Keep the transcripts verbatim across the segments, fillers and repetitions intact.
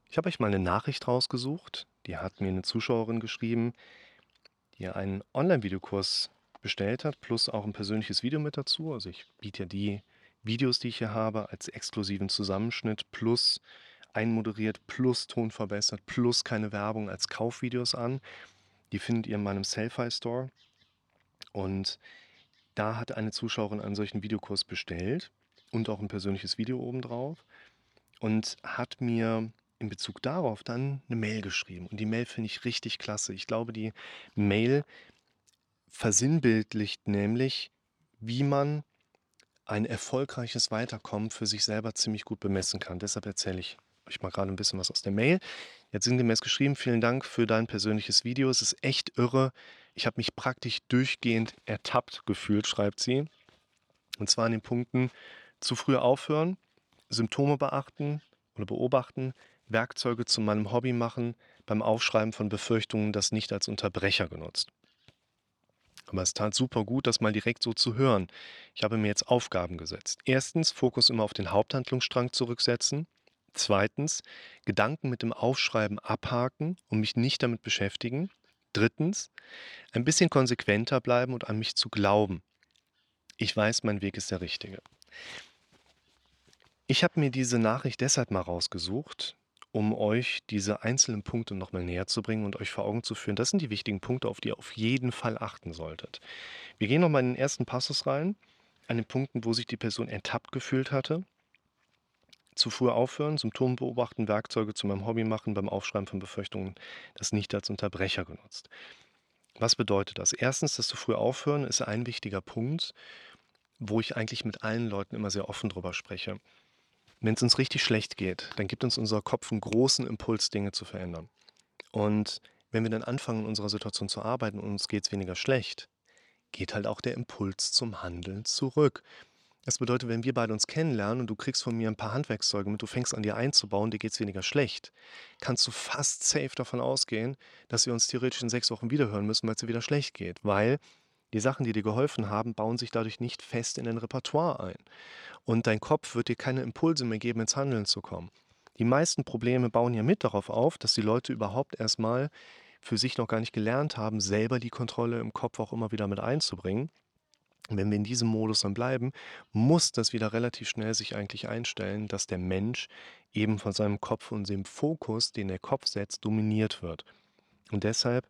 Ich habe euch mal eine Nachricht rausgesucht, die hat mir eine Zuschauerin geschrieben, die einen Online-Videokurs bestellt hat, plus auch ein persönliches Video mit dazu. Also, ich biete ja die Videos, die ich hier habe, als exklusiven Zusammenschnitt plus einmoderiert, plus Ton verbessert, plus keine Werbung als Kaufvideos an. Die findet ihr in meinem Sellfy Store und da hat eine Zuschauerin einen solchen Videokurs bestellt und auch ein persönliches Video obendrauf und hat mir in Bezug darauf dann eine Mail geschrieben. Und die Mail finde ich richtig klasse. Ich glaube, die Mail versinnbildlicht nämlich, wie man ein erfolgreiches Weiterkommen für sich selber ziemlich gut bemessen kann. Deshalb erzähle ich euch mal gerade ein bisschen was aus der Mail. Jetzt sinngemäß geschrieben: „Vielen Dank für dein persönliches Video. Es ist echt irre. Ich habe mich praktisch durchgehend ertappt gefühlt“, schreibt sie. Und zwar an den Punkten: zu früh aufhören, Symptome beachten oder beobachten, Werkzeuge zu meinem Hobby machen, beim Aufschreiben von Befürchtungen das nicht als Unterbrecher genutzt. Aber es tat super gut, das mal direkt so zu hören. Ich habe mir jetzt Aufgaben gesetzt. Erstens, Fokus immer auf den Haupthandlungsstrang zurücksetzen. Zweitens, Gedanken mit dem Aufschreiben abhaken und mich nicht damit beschäftigen. Drittens, ein bisschen konsequenter bleiben und an mich zu glauben. Ich weiß, mein Weg ist der richtige. Ich habe mir diese Nachricht deshalb mal rausgesucht, um euch diese einzelnen Punkte noch mal näher zu bringen und euch vor Augen zu führen. Das sind die wichtigen Punkte, auf die ihr auf jeden Fall achten solltet. Wir gehen noch mal in den ersten Passus rein, an den Punkten, wo sich die Person ertappt gefühlt hatte. Zu früh aufhören, Symptome beobachten, Werkzeuge zu meinem Hobby machen, beim Aufschreiben von Befürchtungen das nicht als Unterbrecher genutzt. Was bedeutet das? Erstens, das zu früh aufhören ist ein wichtiger Punkt, wo ich eigentlich mit allen Leuten immer sehr offen drüber spreche. Wenn es uns richtig schlecht geht, dann gibt uns unser Kopf einen großen Impuls, Dinge zu verändern. Und wenn wir dann anfangen, in unserer Situation zu arbeiten und uns geht's weniger schlecht, geht halt auch der Impuls zum Handeln zurück. Das bedeutet, wenn wir beide uns kennenlernen und du kriegst von mir ein paar Handwerkszeuge mit, du fängst an, dir einzubauen, dir geht's weniger schlecht, kannst du fast safe davon ausgehen, dass wir uns theoretisch in sechs Wochen wiederhören müssen, weil's dir wieder schlecht geht, weil die Sachen, die dir geholfen haben, bauen sich dadurch nicht fest in dein Repertoire ein. Und dein Kopf wird dir keine Impulse mehr geben, ins Handeln zu kommen. Die meisten Probleme bauen ja mit darauf auf, dass die Leute überhaupt erstmal für sich noch gar nicht gelernt haben, selber die Kontrolle im Kopf auch immer wieder mit einzubringen. Und wenn wir in diesem Modus dann bleiben, muss das wieder relativ schnell sich eigentlich einstellen, dass der Mensch eben von seinem Kopf und dem Fokus, den der Kopf setzt, dominiert wird. Und deshalb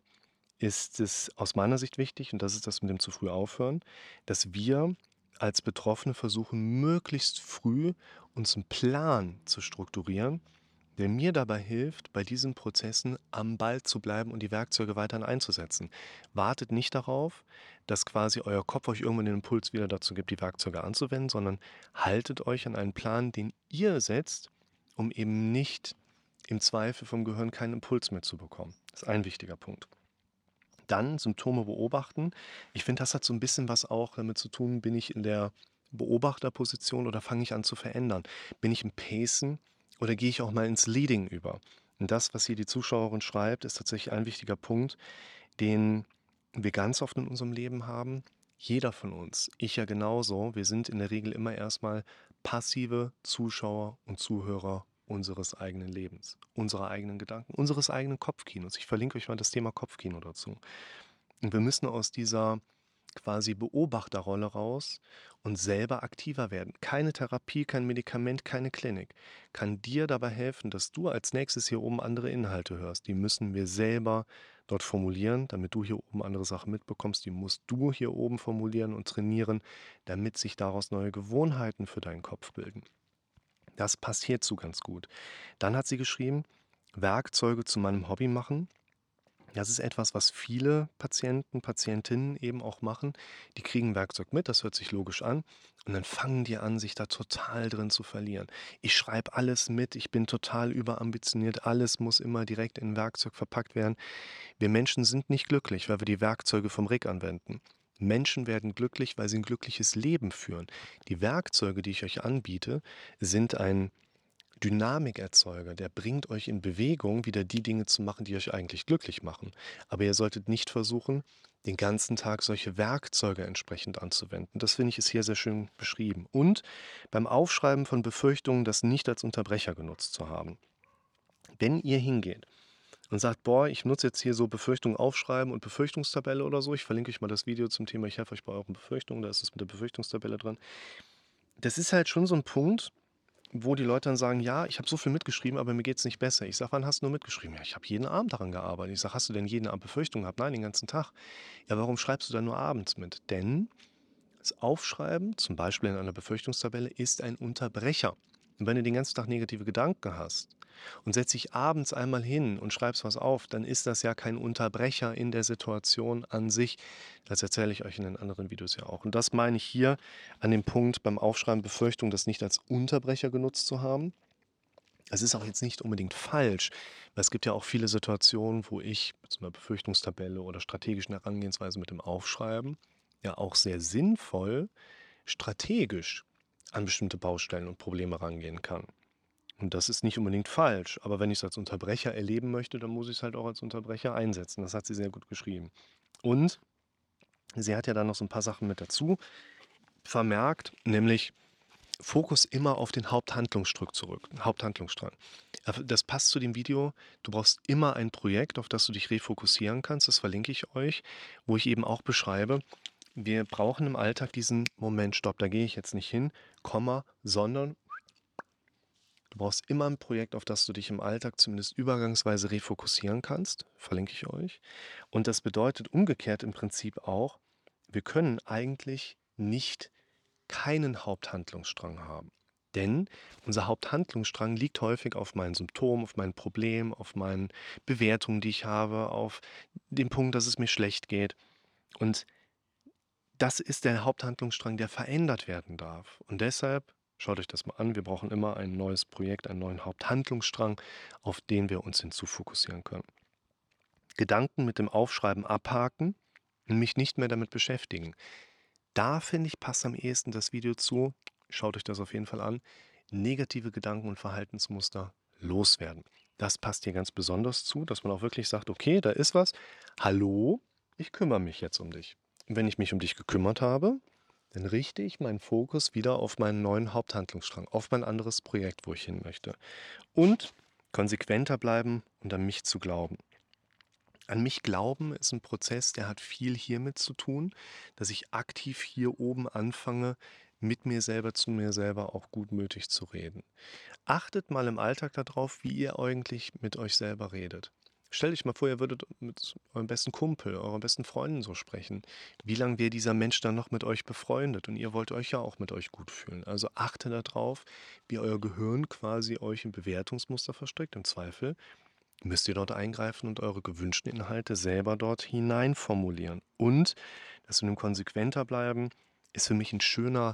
ist es aus meiner Sicht wichtig, und das ist das mit dem zu früh aufhören, dass wir als Betroffene versuchen, möglichst früh uns einen Plan zu strukturieren, der mir dabei hilft, bei diesen Prozessen am Ball zu bleiben und die Werkzeuge weiterhin einzusetzen. Wartet nicht darauf, dass quasi euer Kopf euch irgendwann den Impuls wieder dazu gibt, die Werkzeuge anzuwenden, sondern haltet euch an einen Plan, den ihr setzt, um eben nicht im Zweifel vom Gehirn keinen Impuls mehr zu bekommen. Das ist ein wichtiger Punkt. Dann Symptome beobachten. Ich finde, das hat so ein bisschen was auch damit zu tun, bin ich in der Beobachterposition oder fange ich an zu verändern? Bin ich im Pacen oder gehe ich auch mal ins Leading über? Und das, was hier die Zuschauerin schreibt, ist tatsächlich ein wichtiger Punkt, den wir ganz oft in unserem Leben haben. Jeder von uns, ich ja genauso, wir sind in der Regel immer erstmal passive Zuschauer und Zuhörer unseres eigenen Lebens, unserer eigenen Gedanken, unseres eigenen Kopfkinos. Ich verlinke euch mal das Thema Kopfkino dazu. Und wir müssen aus dieser quasi Beobachterrolle raus und selber aktiver werden. Keine Therapie, kein Medikament, keine Klinik kann dir dabei helfen, dass du als Nächstes hier oben andere Inhalte hörst. Die müssen wir selber dort formulieren, damit du hier oben andere Sachen mitbekommst. Die musst du hier oben formulieren und trainieren, damit sich daraus neue Gewohnheiten für deinen Kopf bilden. Das passiert so ganz gut. Dann hat sie geschrieben, Werkzeuge zu meinem Hobby machen. Das ist etwas, was viele Patienten, Patientinnen eben auch machen. Die kriegen 'n Werkzeug mit, das hört sich logisch an, und dann fangen die an, sich da total drin zu verlieren. Ich schreibe alles mit, ich bin total überambitioniert, alles muss immer direkt in 'n Werkzeug verpackt werden. Wir Menschen sind nicht glücklich, weil wir die Werkzeuge vom Rig anwenden. Menschen werden glücklich, weil sie ein glückliches Leben führen. Die Werkzeuge, die ich euch anbiete, sind ein Dynamikerzeuger, der bringt euch in Bewegung, wieder die Dinge zu machen, die euch eigentlich glücklich machen. Aber ihr solltet nicht versuchen, den ganzen Tag solche Werkzeuge entsprechend anzuwenden. Das finde ich ist hier sehr schön beschrieben. Und beim Aufschreiben von Befürchtungen das nicht als Unterbrecher genutzt zu haben. Wenn ihr hingeht und sagt: „Boah, ich nutze jetzt hier so Befürchtungen aufschreiben und Befürchtungstabelle oder so." Ich verlinke euch mal das Video zum Thema „Ich helfe euch bei euren Befürchtungen", da ist es mit der Befürchtungstabelle drin. Das ist halt schon so 'n Punkt, wo die Leute dann sagen: „Ja, ich habe so viel mitgeschrieben, aber mir geht's nicht besser." Ich sage: „Wann hast du nur mitgeschrieben?" „Ja, ich habe jeden Abend daran gearbeitet." Ich sage: „Hast du denn jeden Abend Befürchtungen gehabt?" „Nein, den ganzen Tag." „Ja, warum schreibst du dann nur abends mit?" Denn das Aufschreiben, zum Beispiel in einer Befürchtungstabelle, ist ein Unterbrecher. Und wenn du den ganzen Tag negative Gedanken hast und setzt dich abends einmal hin und schreibst was auf, dann ist das ja kein Unterbrecher in der Situation an sich. Das erzähle ich euch in den anderen Videos ja auch. Und das meine ich hier an dem Punkt beim Aufschreiben Befürchtung, das nicht als Unterbrecher genutzt zu haben. Es ist auch jetzt nicht unbedingt falsch, weil es gibt ja auch viele Situationen, wo ich mit so einer Befürchtungstabelle oder strategischen Herangehensweise mit dem Aufschreiben ja auch sehr sinnvoll strategisch an bestimmte Baustellen und Probleme rangehen kann. Und das ist nicht unbedingt falsch, aber wenn ich es als Unterbrecher erleben möchte, dann muss ich es halt auch als Unterbrecher einsetzen. Das hat sie sehr gut geschrieben. Und sie hat ja dann noch so ein paar Sachen mit dazu vermerkt, nämlich Fokus immer auf den Haupthandlungsstrang zurück Haupthandlungsstrang. Äh, das passt zu dem Video. Du brauchst immer ein Projekt, auf das du dich refokussieren kannst. Das verlinke ich euch, wo ich eben auch beschreibe, wir brauchen im Alltag diesen Moment Stopp, da gehe ich jetzt nicht hin, Komma, sondern du brauchst immer ein Projekt, auf das du dich im Alltag zumindest übergangsweise refokussieren kannst, verlinke ich euch. Und das bedeutet umgekehrt im Prinzip auch, wir können eigentlich nicht keinen Haupthandlungsstrang haben. Denn unser Haupthandlungsstrang liegt häufig auf meinen Symptomen, auf meinen Problemen, auf meinen Bewertungen, die ich habe, auf dem Punkt, dass es mir schlecht geht. Und das ist der Haupthandlungsstrang, der verändert werden darf. Und deshalb, schaut euch das mal an, wir brauchen immer ein neues Projekt, einen neuen Haupthandlungsstrang, auf den wir uns hinzufokussieren können. Gedanken mit dem Aufschreiben abhaken und mich nicht mehr damit beschäftigen. Da finde ich, passt am ehesten das Video zu. Schaut euch das auf jeden Fall an. Negative Gedanken und Verhaltensmuster loswerden. Das passt hier ganz besonders zu, dass man auch wirklich sagt, okay, da ist was. Hallo, ich kümmere mich jetzt um dich. Und wenn ich mich um dich gekümmert habe, dann richte ich meinen Fokus wieder auf meinen neuen Haupthandlungsstrang, auf mein anderes Projekt, wo ich hin möchte. Und konsequenter bleiben und an mich zu glauben. An mich glauben ist ein Prozess, der hat viel hiermit zu tun, dass ich aktiv hier oben anfange, mit mir selber, zu mir selber auch gutmütig zu reden. Achtet mal im Alltag darauf, wie ihr eigentlich mit euch selber redet. Stellt euch mal vor, ihr würdet mit eurem besten Kumpel, euren besten Freunden so sprechen. Wie lange wäre dieser Mensch dann noch mit euch befreundet? Und ihr wollt euch ja auch mit euch gut fühlen. Also achtet darauf, wie euer Gehirn quasi euch in Bewertungsmuster verstrickt. Im Zweifel müsst ihr dort eingreifen und eure gewünschten Inhalte selber dort hinein formulieren. Und das mit dem konsequenter bleiben ist für mich ein schöner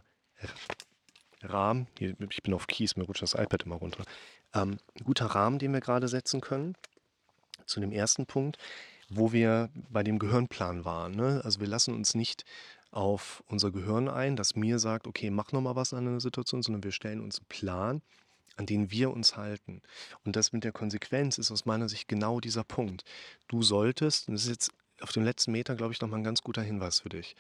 Rahmen. Hier, ich bin auf Kies, mir rutscht das iPad immer runter. Ähm, ein guter Rahmen, den wir gerade setzen können. Zu dem ersten Punkt, wo wir bei dem Gehirnplan waren. Ne? Also wir lassen uns nicht auf unser Gehirn ein, das mir sagt, okay, mach nochmal was an einer Situation, sondern wir stellen uns einen Plan, an den wir uns halten. Und das mit der Konsequenz ist aus meiner Sicht genau dieser Punkt. Du solltest, und das ist jetzt auf dem letzten Meter, glaube ich, nochmal ein ganz guter Hinweis für dich.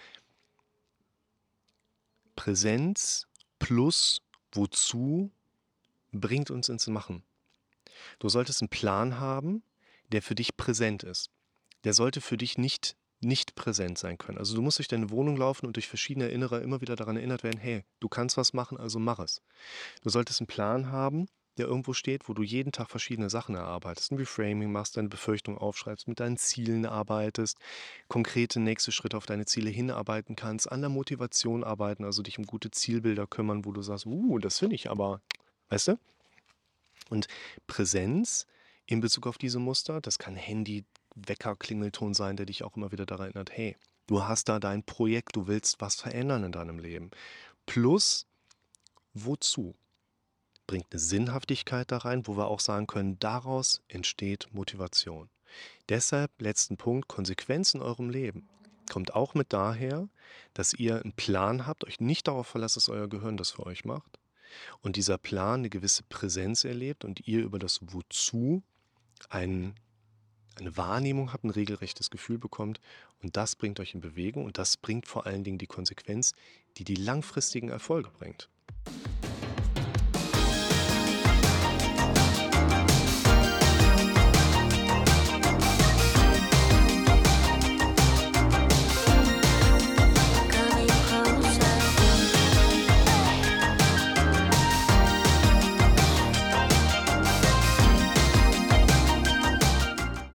Präsenz plus wozu bringt uns ins Machen. Du solltest einen Plan haben, der für dich präsent ist. Der sollte für dich nicht nicht präsent sein können. Also du musst durch deine Wohnung laufen und durch verschiedene Erinnerer immer wieder daran erinnert werden, hey, du kannst was machen, also mach es. Du solltest einen Plan haben, der irgendwo steht, wo du jeden Tag verschiedene Sachen erarbeitest, ein Reframing machst, deine Befürchtung aufschreibst, mit deinen Zielen arbeitest, konkrete nächste Schritte auf deine Ziele hinarbeiten kannst, an der Motivation arbeiten, also dich um gute Zielbilder kümmern, wo du sagst, uh, das finde ich aber, weißt du? Und Präsenz in Bezug auf diese Muster, das kann Handy, Wecker, Klingelton sein, der dich auch immer wieder daran erinnert, hey, du hast da dein Projekt, du willst was verändern in deinem Leben. Plus, wozu? Bringt eine Sinnhaftigkeit da rein, wo wir auch sagen können, daraus entsteht Motivation. Deshalb, letzten Punkt, Konsequenz in eurem Leben kommt auch mit daher, dass ihr einen Plan habt, euch nicht darauf verlasst, dass euer Gehirn das für euch macht und dieser Plan eine gewisse Präsenz erlebt und ihr über das Wozu ein, eine Wahrnehmung habt, ein regelrechtes Gefühl bekommt und das bringt euch in Bewegung und das bringt vor allen Dingen die Konsequenz, die die langfristigen Erfolge bringt.